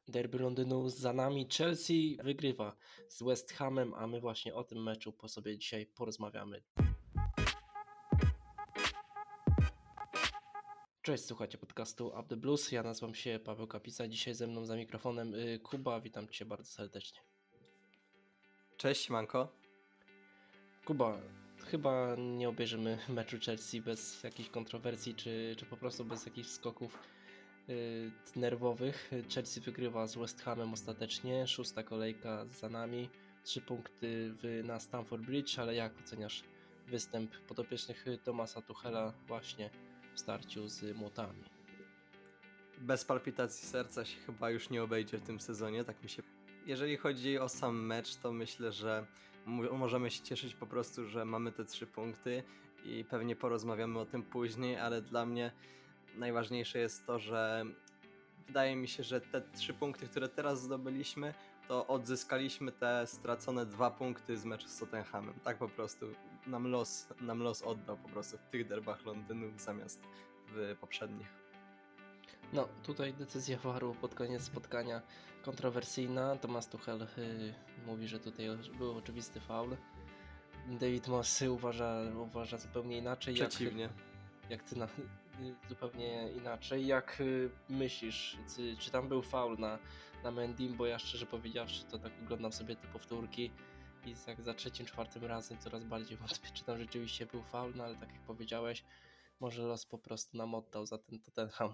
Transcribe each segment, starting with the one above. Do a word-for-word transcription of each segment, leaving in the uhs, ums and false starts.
Derby Londynu za nami. Chelsea wygrywa z West Hamem, a my właśnie o tym meczu po sobie dzisiaj porozmawiamy. Cześć, słuchajcie podcastu Up The Blues. Ja nazywam się Paweł Kapica. Dzisiaj ze mną za mikrofonem y, Kuba. Witam Cię bardzo serdecznie. Cześć, Manko. Kuba, chyba nie obejrzymy meczu Chelsea bez jakichś kontrowersji, czy, czy po prostu bez jakichś skoków y, nerwowych. Chelsea wygrywa z West Hamem ostatecznie. Szósta kolejka za nami. Trzy punkty w, na Stamford Bridge, ale jak oceniasz występ podopiecznych Thomasa Tuchela właśnie w starciu z młotami? Bez palpitacji serca się chyba już nie obejdzie w tym sezonie, tak mi się... Jeżeli chodzi o sam mecz, to myślę, że m- możemy się cieszyć po prostu, że mamy te trzy punkty i pewnie porozmawiamy o tym później, ale dla mnie najważniejsze jest to, że wydaje mi się, że te trzy punkty, które teraz zdobyliśmy, to odzyskaliśmy te stracone dwa punkty z meczu z Tottenhamem. Tak po prostu nam los, nam los oddał po prostu w tych derbach Londynu zamiast w poprzednich. No, tutaj decyzja V A R-u pod koniec spotkania kontrowersyjna. Thomas Tuchel y, mówi, że tutaj był oczywisty faul. David Moss uważa, uważa zupełnie inaczej. Przeciwnie. Jak, jak ty na, y, zupełnie inaczej. Jak y, myślisz, czy, czy tam był faul na, na Mendym? Bo ja szczerze powiedziawszy, to tak oglądam sobie te powtórki i jak za trzecim, czwartym razem coraz bardziej wątpię, czy tam rzeczywiście był faul, no ale tak jak powiedziałeś, może los po prostu nam oddał za ten Tottenham.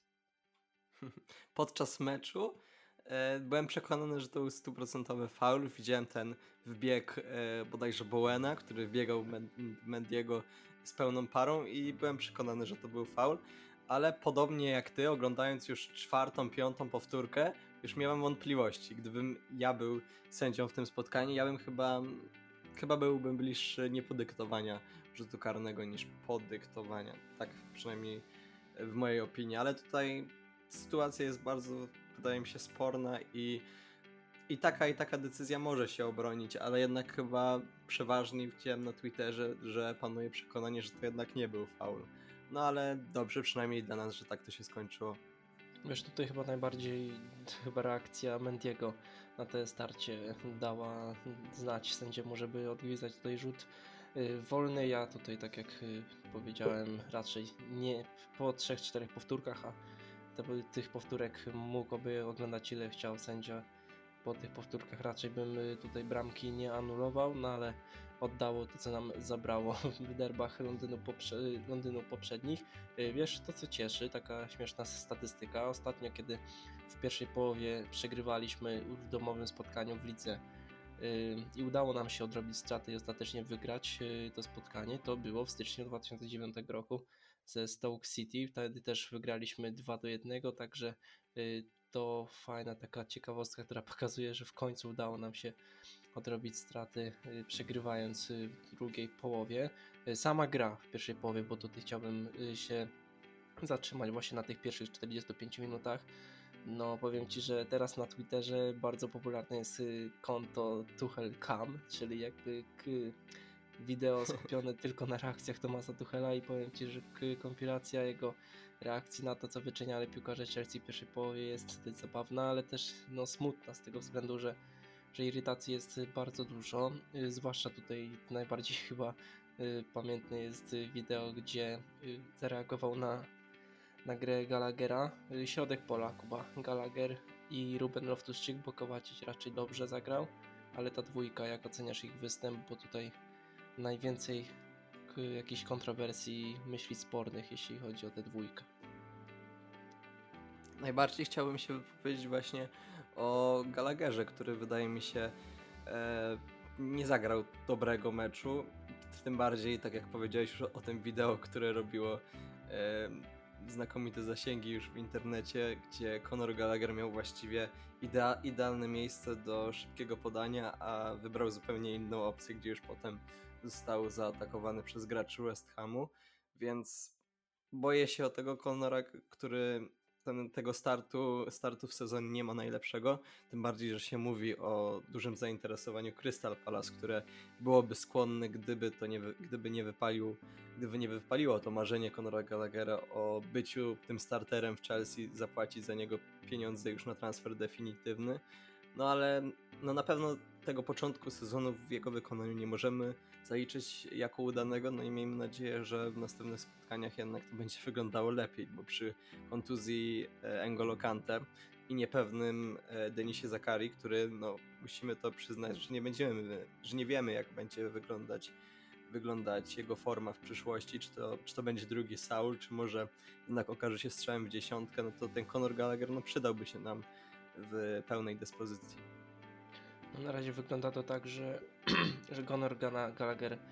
Podczas meczu e, byłem przekonany, że to był stuprocentowy faul. Widziałem ten wbieg e, bodajże Bowena, który wbiegał Mendiego z pełną parą i byłem przekonany, że to był faul. Ale podobnie jak ty, oglądając już czwartą, piątą powtórkę, już miałem wątpliwości. Gdybym ja był sędzią w tym spotkaniu, ja bym chyba, chyba byłbym bliższy nie podyktowania rzutu karnego niż podyktowania. Tak przynajmniej w mojej opinii, ale tutaj sytuacja jest bardzo, wydaje mi się, sporna i, i taka i taka decyzja może się obronić, ale jednak chyba przeważnie widziałem na Twitterze, że panuje przekonanie, że to jednak nie był faul. No ale dobrze, przynajmniej dla nas, że tak to się skończyło. Wiesz, tutaj chyba najbardziej chyba reakcja Mendiego na te starcie dała znać sędziemu, żeby odgwizdać tutaj rzut y, wolny. Ja tutaj, tak jak y, powiedziałem, raczej nie po trzech, czterech powtórkach, a te, tych powtórek mógłby oglądać ile chciał sędzia. Po tych powtórkach raczej bym y, tutaj bramki nie anulował, no ale oddało to, co nam zabrało w derbach Londynu, poprze- Londynu poprzednich. Y, Wiesz, to co cieszy, taka śmieszna statystyka. Ostatnio, kiedy w pierwszej połowie przegrywaliśmy w domowym spotkaniu w lidze y, i udało nam się odrobić straty i ostatecznie wygrać y, to spotkanie, to było w styczniu dwa tysiące dziewiątego roku ze Stoke City. Wtedy też wygraliśmy dwa do jednego, także y, to fajna taka ciekawostka, która pokazuje, że w końcu udało nam się odrobić straty, y, przegrywając y, w drugiej połowie. Y, Sama gra w pierwszej połowie, bo tutaj chciałbym y, się zatrzymać właśnie na tych pierwszych czterdziestu pięciu minutach. No powiem Ci, że teraz na Twitterze bardzo popularne jest y, konto Tuchel Cam, czyli jakby k- wideo skupione tylko na reakcjach Thomasa Tuchela i powiem Ci, że k- kompilacja jego reakcji na to, co wyczyniali piłkarze Chelsea w pierwszej połowie jest dość zabawna, ale też no, smutna z tego względu, że, że irytacji jest bardzo dużo, y, zwłaszcza tutaj najbardziej chyba y, pamiętne jest y, wideo, gdzie y, zareagował na, na grę Gallaghera, y, środek pola Kuba Gallagher i Ruben Loftus-Cheek, bo Kovacic raczej dobrze zagrał, ale ta dwójka, jak oceniasz ich występ, bo tutaj najwięcej k- jakichś kontrowersji, myśli spornych, jeśli chodzi o tę dwójkę. Najbardziej chciałbym się wypowiedzieć właśnie o Gallagherze, który wydaje mi się e, nie zagrał dobrego meczu. Tym bardziej, tak jak powiedziałeś już o, o tym wideo, które robiło e, znakomite zasięgi już w internecie, gdzie Conor Gallagher miał właściwie idea, idealne miejsce do szybkiego podania, a wybrał zupełnie inną opcję, gdzie już potem został zaatakowany przez graczy West Hamu, więc boję się o tego Conora, który ten, tego startu, startu w sezonie nie ma najlepszego, tym bardziej, że się mówi o dużym zainteresowaniu Crystal Palace, które byłoby skłonne, gdyby to nie, wy- gdyby nie wypalił, gdyby nie wypaliło to marzenie Conora Gallaghera o byciu tym starterem w Chelsea, zapłacić za niego pieniądze już na transfer definitywny. No ale no na pewno tego początku sezonu w jego wykonaniu nie możemy zaliczyć jako udanego, no i miejmy nadzieję, że w następnych spotkaniach jednak to będzie wyglądało lepiej, bo przy kontuzji e, N'Golo Kante i niepewnym e, Denisie Zakari, który, no musimy to przyznać, że nie będziemy, że nie wiemy jak będzie wyglądać wyglądać jego forma w przyszłości, czy to, czy to będzie drugi Saul, czy może jednak okaże się strzałem w dziesiątkę, no to ten Conor Gallagher no przydałby się nam w pełnej dyspozycji. No na razie wygląda to tak, że, że Conor Gana- Gallagher yy,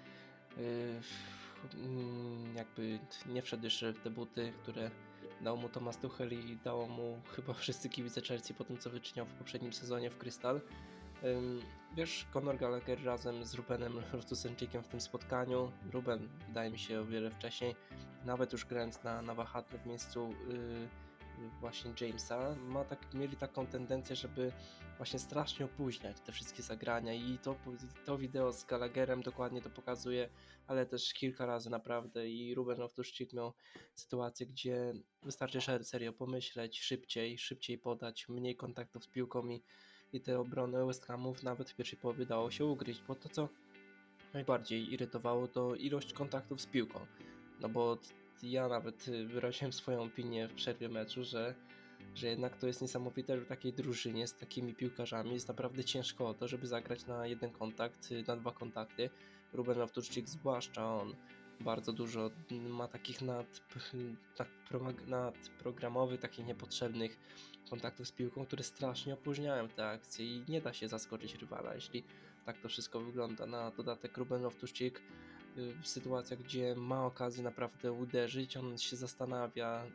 mm, jakby nie wszedł jeszcze w te buty, które dał mu Thomas Tuchel i dało mu chyba wszyscy kibice Chelsea po tym, co wyczyniał w poprzednim sezonie w Crystal. Ym, Wiesz, Conor Gallagher razem z Rubenem Loftus-Cheekiem w tym spotkaniu. Ruben wydaje mi się o wiele wcześniej, nawet już grając na, na wahadle w miejscu yy, właśnie Jamesa, ma tak, mieli taką tendencję, żeby właśnie strasznie opóźniać te wszystkie zagrania i to, to wideo z Gallagherem dokładnie to pokazuje, ale też kilka razy naprawdę i Ruben Loftus-Cheek miał sytuację, gdzie wystarczy ser- serio pomyśleć, szybciej, szybciej podać, mniej kontaktów z piłką i, i te obrony West Hamów nawet w pierwszej połowie dało się ugryźć, bo to co najbardziej irytowało to ilość kontaktów z piłką, no bo t- ja nawet y, wyraziłem swoją opinię w przerwie meczu, że że jednak to jest niesamowite, że w takiej drużynie z takimi piłkarzami jest naprawdę ciężko o to, żeby zagrać na jeden kontakt, y, na dwa kontakty. Ruben Loftus-Cheek zwłaszcza, on bardzo dużo ma takich nad, nadpromag- nadprogramowych, takich niepotrzebnych kontaktów z piłką, które strasznie opóźniają te akcje i nie da się zaskoczyć rywala, jeśli tak to wszystko wygląda. Na dodatek Ruben Loftus-Cheek y, w sytuacjach, gdzie ma okazję naprawdę uderzyć, on się zastanawia,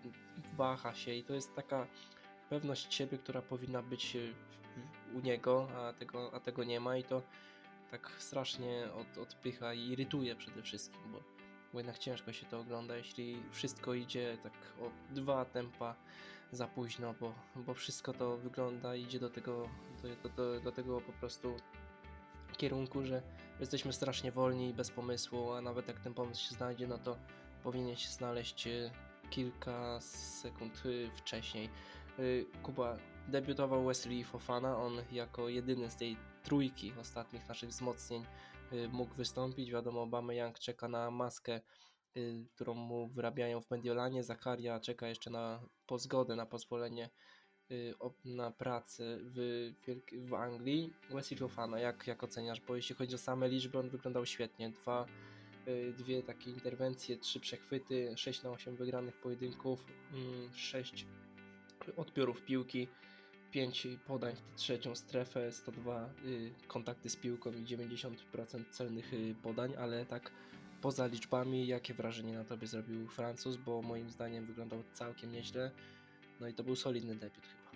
waha się i to jest taka pewność siebie, która powinna być y, w- u niego, a tego, a tego nie ma i to tak strasznie od, odpycha i irytuje przede wszystkim, bo, bo jednak ciężko się to ogląda, jeśli wszystko idzie tak o dwa tempa za późno, bo, bo wszystko to wygląda i idzie do tego, do, do, do, do tego po prostu kierunku, że jesteśmy strasznie wolni i bez pomysłu, a nawet jak ten pomysł się znajdzie, no to powinien się znaleźć y, kilka sekund y, wcześniej. Y, Kuba, debiutował Wesley Fofana, on jako jedyny z tej trójki ostatnich naszych wzmocnień y, mógł wystąpić. Wiadomo, Aubameyang czeka na maskę, y, którą mu wyrabiają w Mediolanie. Zakaria czeka jeszcze na pozgodę, na pozwolenie y, op- na pracę w, Wielk- w Anglii. Wesley Fofana, jak, jak oceniasz? Bo jeśli chodzi o same liczby, on wyglądał świetnie. Dwa, y, dwie takie interwencje, trzy przechwyty, sześć na osiem wygranych pojedynków, mm, sześć odbiorów piłki, pięć podań w trzecią strefę, sto dwa y, kontakty z piłką i dziewięćdziesiąt procent celnych y, podań, ale tak poza liczbami, jakie wrażenie na tobie zrobił Francuz, bo moim zdaniem wyglądał całkiem nieźle, no i to był solidny debiut chyba.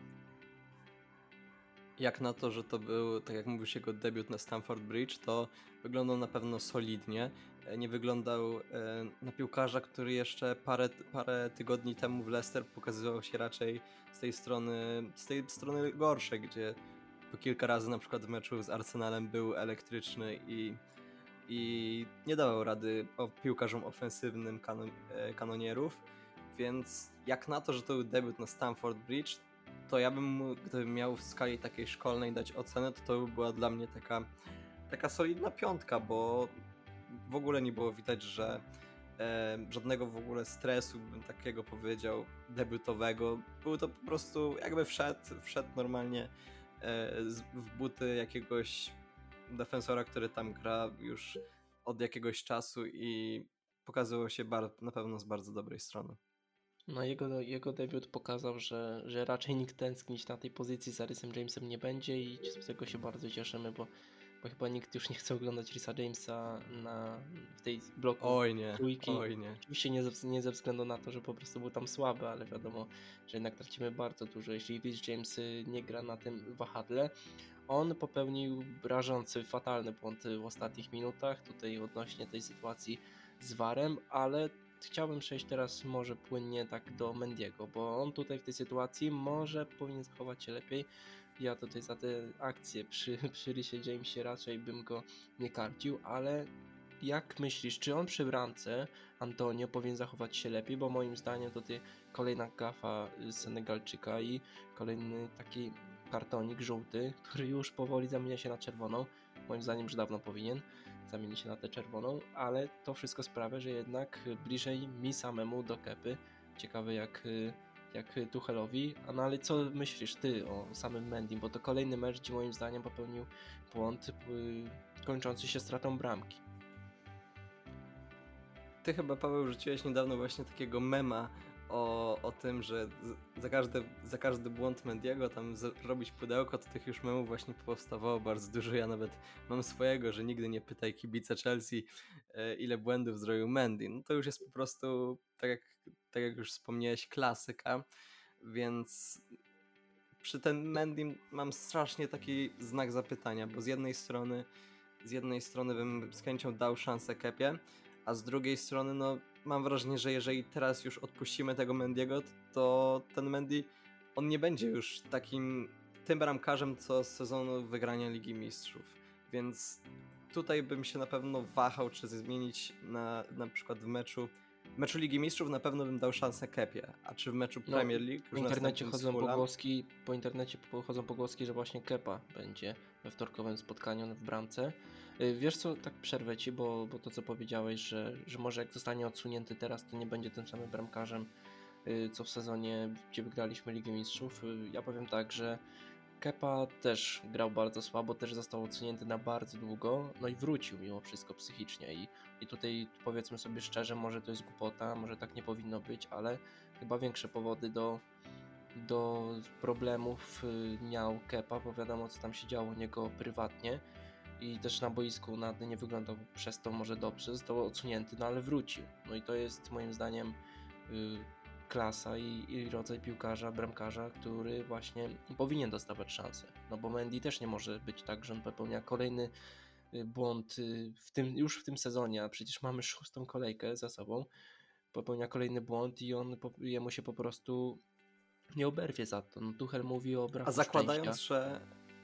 Jak na to, że to był, tak jak mówisz, jego debiut na Stamford Bridge, to wyglądał na pewno solidnie. E, Nie wyglądał e, na piłkarza, który jeszcze parę, parę tygodni temu w Leicester pokazywał się raczej z tej strony, z tej strony gorszej, gdzie po kilka razy na przykład w meczu z Arsenalem był elektryczny i, i nie dawał rady o piłkarzom ofensywnym kanon, e, kanonierów. Więc jak na to, że to był debiut na Stamford Bridge, to ja bym mu, gdybym miał w skali takiej szkolnej dać ocenę, to to by była dla mnie taka, taka solidna piątka, bo w ogóle nie było widać, że e, żadnego w ogóle stresu, bym takiego powiedział, debiutowego. Był to po prostu jakby wszedł, wszedł normalnie e, z, w buty jakiegoś defensora, który tam gra już od jakiegoś czasu i pokazywał się bar- na pewno z bardzo dobrej strony. No jego, jego debiut pokazał, że, że raczej nikt tęsknić na tej pozycji za Rhysem Jamesem nie będzie i z tego się bardzo cieszymy, bo, bo chyba nikt już nie chce oglądać Rhysa Jamesa na, w tej bloku Oj nie, trójki. oj nie. Oczywiście nie ze, nie ze względu na to, że po prostu był tam słaby, ale wiadomo, że jednak tracimy bardzo dużo, jeśli Rhys James y, nie gra na tym wahadle. On popełnił rażący, fatalny błąd w ostatnich minutach, tutaj odnośnie tej sytuacji z warem, ale chciałbym przejść teraz może płynnie tak do Mendiego, bo on tutaj w tej sytuacji może powinien zachować się lepiej. Ja tutaj za te akcje przy, przy Rysie Jamesie raczej bym go nie karcił, ale jak myślisz, czy on przy bramce Antonio powinien zachować się lepiej, bo moim zdaniem to ty kolejna gafa Senegalczyka i kolejny taki kartonik żółty, który już powoli zamienia się na czerwoną. Moim zdaniem już dawno powinien zamienić się na tę czerwoną, ale to wszystko sprawia, że jednak bliżej mi samemu do Kepy. Ciekawe jak, jak Tuchelowi. A no ale co myślisz ty o samym Mendim, bo to kolejny mecz, gdzie moim zdaniem popełnił błąd yy, kończący się stratą bramki. Ty chyba, Paweł, wrzuciłeś niedawno właśnie takiego mema o, o tym, że z- za każdy, za każdy błąd Mendiego tam zrobić pudełko, to tych już memów właśnie powstawało bardzo dużo. Ja nawet mam swojego, że nigdy nie pytaj kibica Chelsea, e, ile błędów zrobił Mendy. No to już jest po prostu, tak jak, tak jak już wspomniałeś, klasyka, więc przy tym Mendim mam strasznie taki znak zapytania, bo z jednej strony z jednej strony bym z chęcią dał szansę Kepie, a z drugiej strony no mam wrażenie, że jeżeli teraz już odpuścimy tego Mendiego, to ten Mendy, on nie będzie już takim tym bramkarzem, co z sezonu wygrania Ligi Mistrzów, więc tutaj bym się na pewno wahał, czy zmienić na, na przykład w meczu w meczu Ligi Mistrzów na pewno bym dał szansę Kepie, a czy w meczu No, Premier League Po już internecie następnym z chodzą Fulham, pogłoski, po internecie po- chodzą pogłoski, że właśnie Kepa będzie we wtorkowym spotkaniu w bramce. Y, Wiesz co, tak przerwę ci, bo, bo to co powiedziałeś, że, że może jak zostanie odsunięty teraz, to nie będzie tym samym bramkarzem, y, co w sezonie, gdzie wygraliśmy Ligę Mistrzów. Y, Ja powiem tak, że Kepa też grał bardzo słabo, też został odsunięty na bardzo długo, no i wrócił mimo wszystko psychicznie i, i tutaj powiedzmy sobie szczerze, może to jest głupota, może tak nie powinno być, ale chyba większe powody do, do problemów y, miał Kepa, bo wiadomo co tam się działo u niego prywatnie i też na boisku na nie wyglądał przez to może dobrze, został odsunięty, no ale wrócił. No i to jest moim zdaniem y, klasa i, i rodzaj piłkarza, bramkarza, który właśnie powinien dostawać szansę. No bo Mendy też nie może być tak, że on popełnia kolejny y, błąd y, w tym, już w tym sezonie, a przecież mamy szóstą kolejkę za sobą, popełnia kolejny błąd i on po, jemu się po prostu nie oberwie za to. No, Tuchel mówi o a braku zakładając, szczęścia. że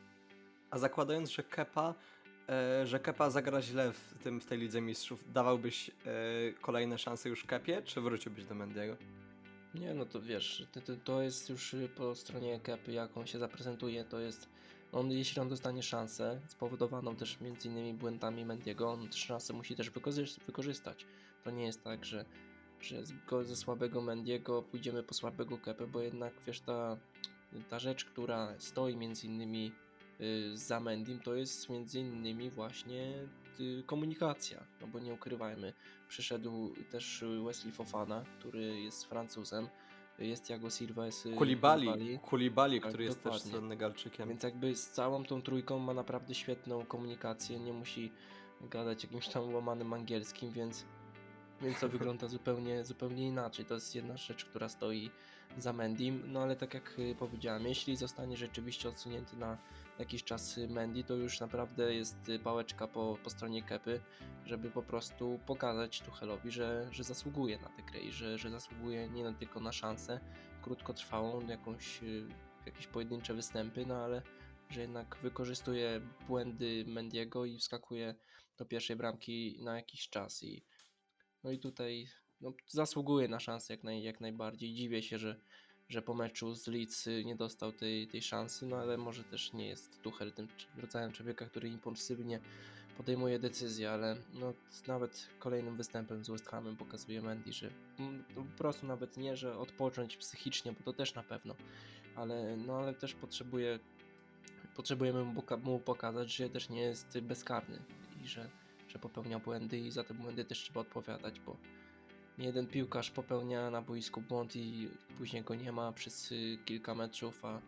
A zakładając, że Kepa, e, że Kepa zagra źle w, tym, w tej Lidze Mistrzów, dawałbyś e, kolejne szanse już Kepie, czy wróciłbyś do Mendiego? Nie, no to wiesz, to, to, to jest już y, po stronie Kepy, jak on się zaprezentuje, to jest, on, jeśli on dostanie szansę, spowodowaną też między innymi błędami Mendiego, on tę szansę musi też wykorzy- wykorzystać. To nie jest tak, że, że z, go, ze słabego Mendiego pójdziemy po słabego Kepę, bo jednak wiesz, ta, ta rzecz, która stoi między innymi y, za Mendim, to jest między innymi właśnie y, komunikacja, no bo nie ukrywajmy, przyszedł też Wesley Fofana, który jest Francuzem, jest Thiago Silva, jest y, Kulibali, Kulibali, Tak, który jest też dokładnie. Senegalczykiem. Więc jakby z całą tą trójką ma naprawdę świetną komunikację, nie musi gadać jakimś tam łamanym angielskim, więc, więc to wygląda zupełnie, zupełnie inaczej. To jest jedna rzecz, która stoi za Mendim, no ale tak jak y, powiedziałem, jeśli zostanie rzeczywiście odsunięty na jakiś czas y, Mendy, to już naprawdę jest y, pałeczka po, po stronie Kepy, żeby po prostu pokazać Tuchelowi, że, że zasługuje na tę grę i że, że zasługuje nie na- tylko na szansę krótkotrwałą, jakąś, y, jakieś pojedyncze występy, no ale że jednak wykorzystuje błędy Mendiego i wskakuje do pierwszej bramki na jakiś czas i no i tutaj no, zasługuje na szansę jak, naj, jak najbardziej. Dziwię się, że, że po meczu z Leeds y, nie dostał tej, tej szansy, no ale może też nie jest Tuchel tym cz- rodzajem człowieka, który impulsywnie podejmuje decyzje, ale no, nawet kolejnym występem z West Hamem pokazuje Mendy, że mm, to po prostu nawet nie, że odpocząć psychicznie, bo to też na pewno, ale, no, ale też potrzebuje, potrzebujemy mu, poka- mu pokazać, że też nie jest bezkarny i że, że popełnia błędy i za te błędy też trzeba odpowiadać, bo nie jeden piłkarz popełnia na boisku błąd i później go nie ma przez y, kilka meczów, a,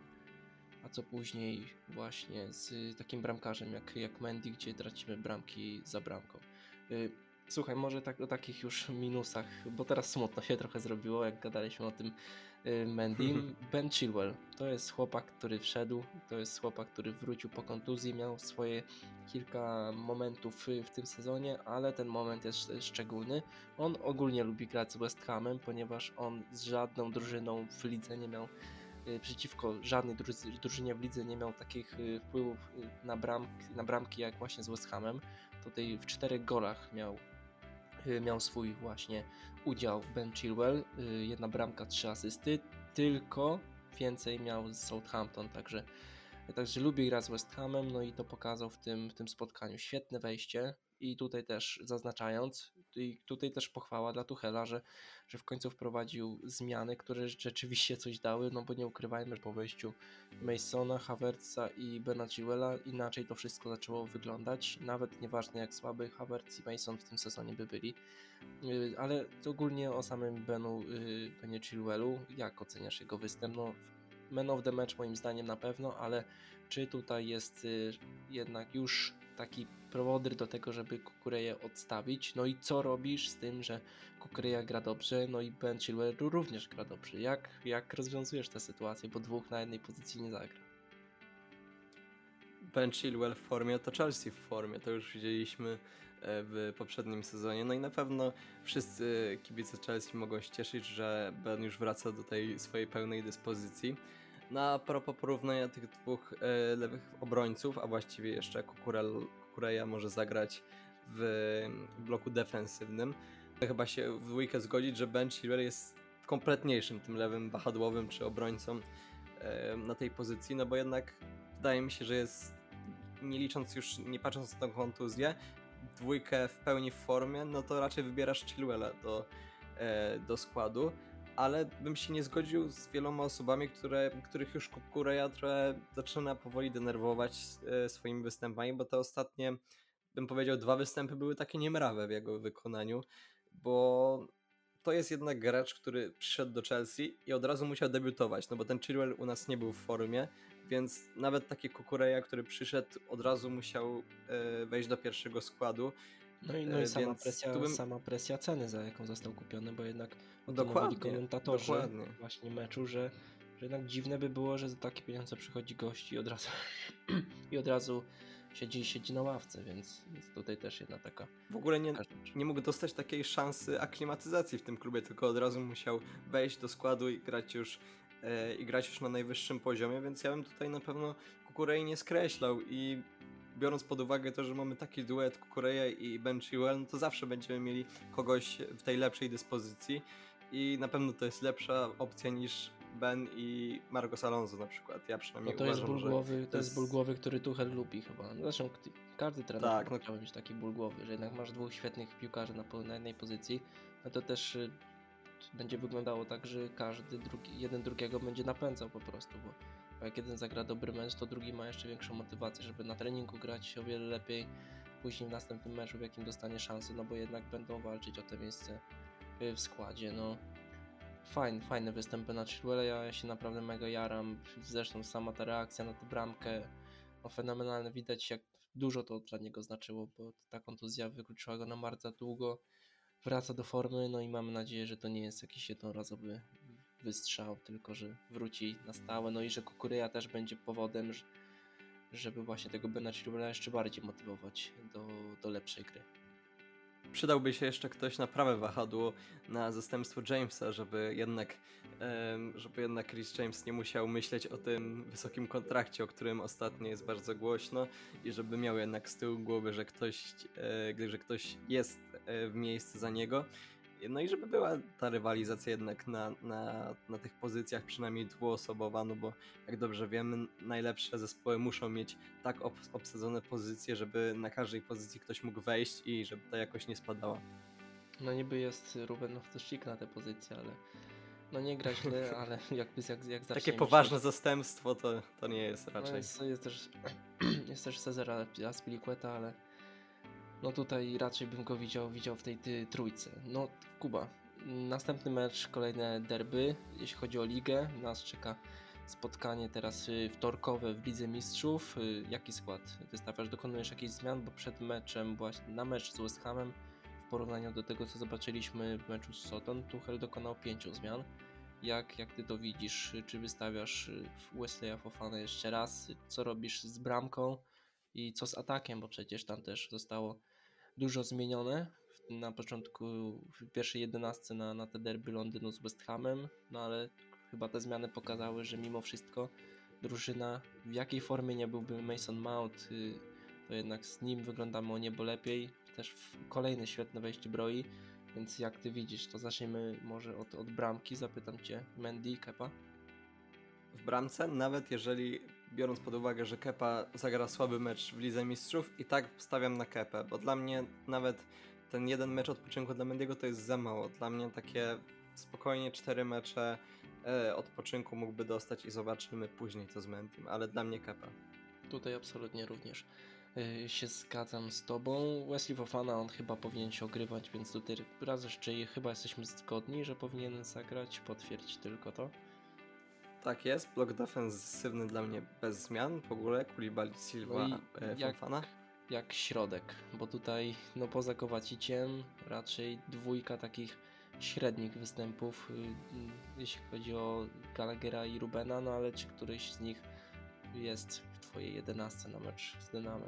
a co później właśnie z takim bramkarzem jak, jak Mendy, gdzie tracimy bramki za bramką. Y, słuchaj, może tak o takich już minusach, bo teraz smutno się trochę zrobiło, jak gadaliśmy o tym y, Mendym. Ben Chilwell to jest chłopak, który wszedł, to jest chłopak, który wrócił po kontuzji, miał swoje kilka momentów y, w tym sezonie, ale ten moment jest y, szczególny. On ogólnie lubi grać z West Hamem, ponieważ on z żadną drużyną w lidze nie miał y, przeciwko żadnej druży- drużynie w lidze nie miał takich y, wpływów y, na, bramki, na bramki jak właśnie z West Hamem. Tutaj w czterech golach miał, y, miał swój właśnie udział Ben Chilwell, y, jedna bramka, trzy asysty, tylko więcej miał z Southampton, także, także lubi grać z West Hamem, no i to pokazał w tym, w tym spotkaniu. Świetne wejście i tutaj też zaznaczając, i tutaj też pochwała dla Tuchela, że, że w końcu wprowadził zmiany, które rzeczywiście coś dały, no bo nie ukrywajmy, że po wejściu Masona, Havertza i Bena Chilwella inaczej to wszystko zaczęło wyglądać, nawet nieważne jak słaby Havertz i Mason w tym sezonie by byli. Yy, ale ogólnie o samym Benu, yy, Benie Chilwellu, jak oceniasz jego występ? No, man of the match moim zdaniem na pewno, ale czy tutaj jest yy, jednak już taki prowodyr do tego, żeby Kukureję odstawić? No i co robisz z tym, że Kukureja gra dobrze, no i Ben Chilwell również gra dobrze? Jak, jak rozwiązujesz tę sytuację, bo dwóch na jednej pozycji nie zagra? Ben Chilwell w formie, to Chelsea w formie, to już widzieliśmy e, w poprzednim sezonie. No i na pewno wszyscy kibice Chelsea mogą się cieszyć, że Ben już wraca do tej swojej pełnej dyspozycji. No a propos porównania tych dwóch e, lewych obrońców, a właściwie jeszcze Kukurel, Kukureja może zagrać w bloku defensywnym, to chyba się w dwójkę zgodzić, że Ben Chilwell jest kompletniejszym tym lewym wahadłowym czy obrońcą e, na tej pozycji, no bo jednak wydaje mi się, że jest, nie licząc już, nie patrząc na tą kontuzję, dwójkę w pełni w formie, no to raczej wybierasz Chilwella do, e, do składu, ale bym się nie zgodził z wieloma osobami, które, których już Kukureja trochę zaczyna powoli denerwować e, swoimi występami, bo te ostatnie, bym powiedział, dwa występy były takie niemrawe w jego wykonaniu, bo to jest jednak gracz, który przyszedł do Chelsea i od razu musiał debiutować, no bo ten Chilwell u nas nie był w formie, więc nawet taki Kukureja, który przyszedł, od razu musiał e, wejść do pierwszego składu. No i, no E, i sama, więc presja, tu bym... sama presja ceny, za jaką został kupiony, bo jednak opiniowali Dokładnie, komentatorzy dokładnie. właśnie meczu, że, że jednak dziwne by było, że za takie pieniądze przychodzi gość i od razu i od razu siedzi, siedzi na ławce, więc, więc tutaj też jedna taka, W ogóle nie, taka rzecz. nie mógł dostać takiej szansy aklimatyzacji w tym klubie, tylko od razu musiał wejść do składu i grać już, e, i grać już na najwyższym poziomie, więc ja bym tutaj na pewno Kukurei nie skreślał i biorąc pod uwagę to, że mamy taki duet Kukureja i Ben Chilwell, no to zawsze będziemy mieli kogoś w tej lepszej dyspozycji i na pewno to jest lepsza opcja niż Ben i Marcos Alonso na przykład. Ja No przynajmniej to jest uważam, ból że głowy, to to jest jest... ból głowy, który Tuchel lubi chyba. No zresztą k- każdy trener Tak, chyba no- chciałby mieć taki ból głowy, że jednak masz dwóch świetnych piłkarzy na, po- na jednej pozycji, no to też y, będzie wyglądało tak, że każdy drugi, jeden drugiego będzie napędzał po prostu, bo, bo jak jeden zagra dobry mecz, to drugi ma jeszcze większą motywację, żeby na treningu grać o wiele lepiej, później w następnym meczu, w jakim dostanie szansę, no bo jednak będą walczyć o te miejsce y, w składzie, no. Fajny, fajny występ na Chilwella, ja się naprawdę mega jaram, zresztą sama ta reakcja na tę bramkę, no fenomenalne, widać jak dużo to dla niego znaczyło, bo ta kontuzja wykluczyła go na bardzo długo, wraca do formy, no i mamy nadzieję, że to nie jest jakiś jednorazowy wystrzał, tylko że wróci na stałe, no i że Kukureja też będzie powodem, że- żeby właśnie tego Bena Chilwella jeszcze bardziej motywować do, do lepszej gry. Przydałby się jeszcze ktoś na prawe wahadło na zastępstwo Jamesa, żeby jednak, em, żeby jednak Chris James nie musiał myśleć o tym wysokim kontrakcie, o którym ostatnio jest bardzo głośno i żeby miał jednak z tyłu głowy, że ktoś, e, że ktoś jest e, w miejscu za niego. No i żeby była ta rywalizacja jednak na, na, na tych pozycjach przynajmniej dwuosobowa, no bo jak dobrze wiemy, najlepsze zespoły muszą mieć tak ob- obsadzone pozycje, żeby na każdej pozycji ktoś mógł wejść i żeby ta jakość nie spadała. No niby jest Ruben Loftus-Cheek na tę pozycję, ale no nie gra źle, ale jakby jak, jak zacznie Takie myśleć- poważne zastępstwo to, to nie jest No raczej. jest, jest też jest też Cezar Azpilicueta, ale no tutaj raczej bym go widział, widział w tej ty, trójce. No Kuba, następny mecz, kolejne derby, jeśli chodzi o ligę, nas czeka spotkanie teraz y, wtorkowe w Lidze Mistrzów. Y, Jaki skład wystawiasz? Dokonujesz jakichś zmian, bo przed meczem, właśnie na mecz z West Hamem porównaniu do tego, co zobaczyliśmy w meczu z Soton, Tuchel dokonał pięciu zmian. Jak, jak ty to widzisz? Czy wystawiasz Wesleya Fofana jeszcze raz? Co robisz z bramką i co z atakiem? Bo przecież tam też zostało dużo zmienione. Na początku w pierwszej jedenastce na, na te derby Londynu z West Hamem, no ale chyba te zmiany pokazały, że mimo wszystko drużyna, w jakiej formie nie byłby Mason Mount, to jednak z nim wyglądamy o niebo lepiej. Też w kolejne świetne wejście Broi, więc jak ty widzisz, to zacznijmy może od, od bramki. Zapytam cię, Mendy, Kepa? W bramce, nawet jeżeli biorąc pod uwagę, że Kepa zagra słaby mecz w Lidze Mistrzów, i tak stawiam na Kepę, bo dla mnie nawet ten jeden mecz odpoczynku dla Mendiego to jest za mało. Dla mnie takie spokojnie cztery mecze e, odpoczynku mógłby dostać i zobaczymy później co z Mendim, ale dla mnie Kepa. Tutaj absolutnie również yy, się zgadzam z tobą. Wesley Fofana, on chyba powinien się ogrywać, więc tutaj raz jeszcze chyba jesteśmy zgodni, że powinien zagrać. Potwierdź tylko to. Tak jest, blok defensywny dla mnie bez zmian w ogóle, Koulibaly, Silva, No i e, jak, Fofana. jak środek, bo tutaj no poza Kowaciciem raczej dwójka takich średnich występów, yy, yy, jeśli chodzi o Gallaghera i Rubena, no ale czy któryś z nich jest w twojej jedenastce na mecz z Dynamem?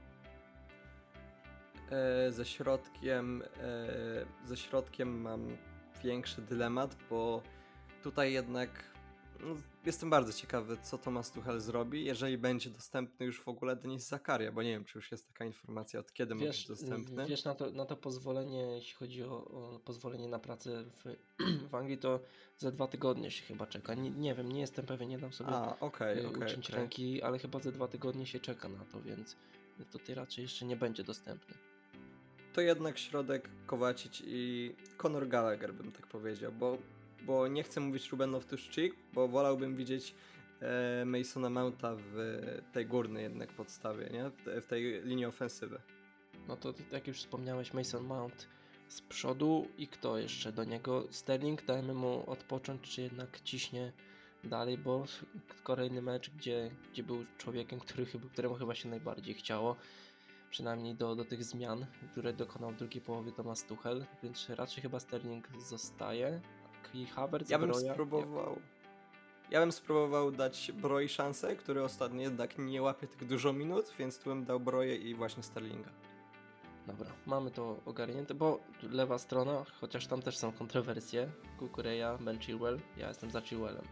E, ze środkiem e, ze środkiem mam większy dylemat, bo tutaj jednak no, jestem bardzo ciekawy, co Thomas Tuchel zrobi, jeżeli będzie dostępny już w ogóle Denis Zakaria, bo nie wiem, czy już jest taka informacja, od kiedy może być Wiesz, dostępny. wiesz na, to, na to pozwolenie, jeśli chodzi o, o pozwolenie na pracę w, w Anglii, to za dwa tygodnie się chyba czeka. Nie, nie wiem, nie jestem pewien, nie dam sobie A, okej, y, okej, uciąć okej. ręki, ale chyba za dwa tygodnie się czeka na to, więc tutaj raczej jeszcze nie będzie dostępny. To jednak środek Kowacic i Conor Gallagher, bym tak powiedział, bo, bo nie chcę mówić Ruben Loftus-Cheek, bo wolałbym widzieć e, Masona Mounta w tej górnej jednak podstawie, nie? W, te, w tej linii ofensywy. No to jak już wspomniałeś, Mason Mount z przodu i kto jeszcze do niego? Sterling, dajmy mu odpocząć, czy jednak ciśnie dalej, bo kolejny mecz, gdzie, gdzie był człowiekiem, który, chyba- któremu chyba się najbardziej chciało, przynajmniej do, do tych zmian, które dokonał w drugiej połowie Thomas Tuchel, więc raczej chyba Sterling zostaje. Tak, i Havertz, Ja bym Broja, spróbował. Ja bym spróbował dać Broi szansę, który ostatnio jednak nie łapie tych dużo minut, więc tu bym dał Broję i właśnie Sterlinga. Dobra, mamy to ogarnięte, bo lewa strona, chociaż tam też są kontrowersje, Kukureya, Ben Chilwell, ja jestem za Chilwellem.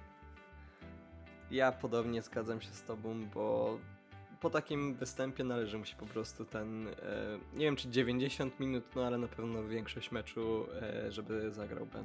Ja podobnie zgadzam się z tobą, bo po takim występie należy mu się po prostu ten, e, nie wiem czy dziewięćdziesiąt minut, no ale na pewno większość meczu, e, żeby zagrał Ben.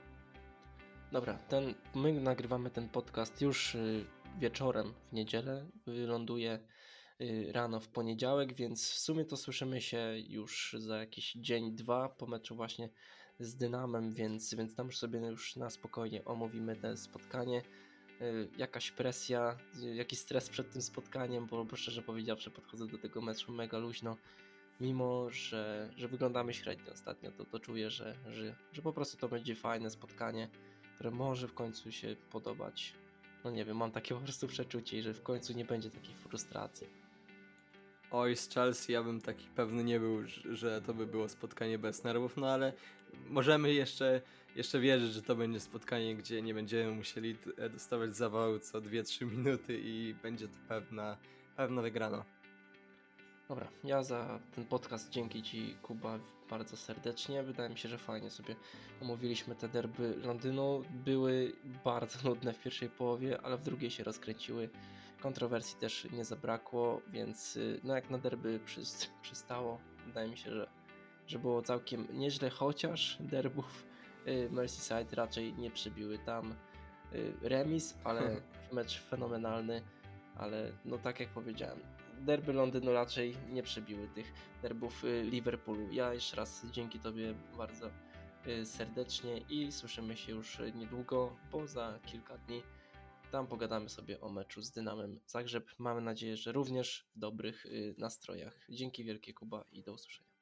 Dobra, ten, my nagrywamy ten podcast już y, wieczorem w niedzielę, y, ląduje y, rano w poniedziałek, więc w sumie to słyszymy się już za jakiś dzień, dwa po meczu właśnie z Dynamem, więc, więc tam już sobie już na spokojnie omówimy to spotkanie. Y, jakaś presja, y, jakiś stres przed tym spotkaniem, bo, bo szczerze powiedziawszy podchodzę do tego meczu mega luźno. Mimo, że, że wyglądamy średnio ostatnio, to, to czuję, że, że, że po prostu to będzie fajne spotkanie, które może w końcu się podobać. No nie wiem, mam takie po prostu przeczucie, że w końcu nie będzie takiej frustracji. Oj, z Chelsea ja bym taki pewny nie był, że- że to by było spotkanie bez nerwów, no ale możemy jeszcze, jeszcze wierzyć, że to będzie spotkanie, gdzie nie będziemy musieli d- dostawać zawału co dwie trzy minuty i będzie to pewna, pewna wygrana. Dobra, ja za ten podcast dzięki Ci, Kuba, bardzo serdecznie. Wydaje mi się, że fajnie sobie omówiliśmy te derby Londynu. Były bardzo nudne w pierwszej połowie, ale w drugiej się rozkręciły. Kontrowersji też nie zabrakło, więc y, no jak na derby przys- przystało, wydaje mi się, że, że było całkiem nieźle, chociaż derbów y, Merseyside raczej nie przybiły tam y, remis, ale mecz fenomenalny, ale no tak jak powiedziałem, derby Londynu raczej nie przebiły tych derbów y, Liverpoolu. Ja jeszcze raz dzięki Tobie bardzo y, serdecznie i słyszymy się już niedługo, bo za kilka dni tam pogadamy sobie o meczu z Dynamem Zagrzeb. Mamy nadzieję, że również w dobrych y, nastrojach. Dzięki wielkie, Kuba, i do usłyszenia.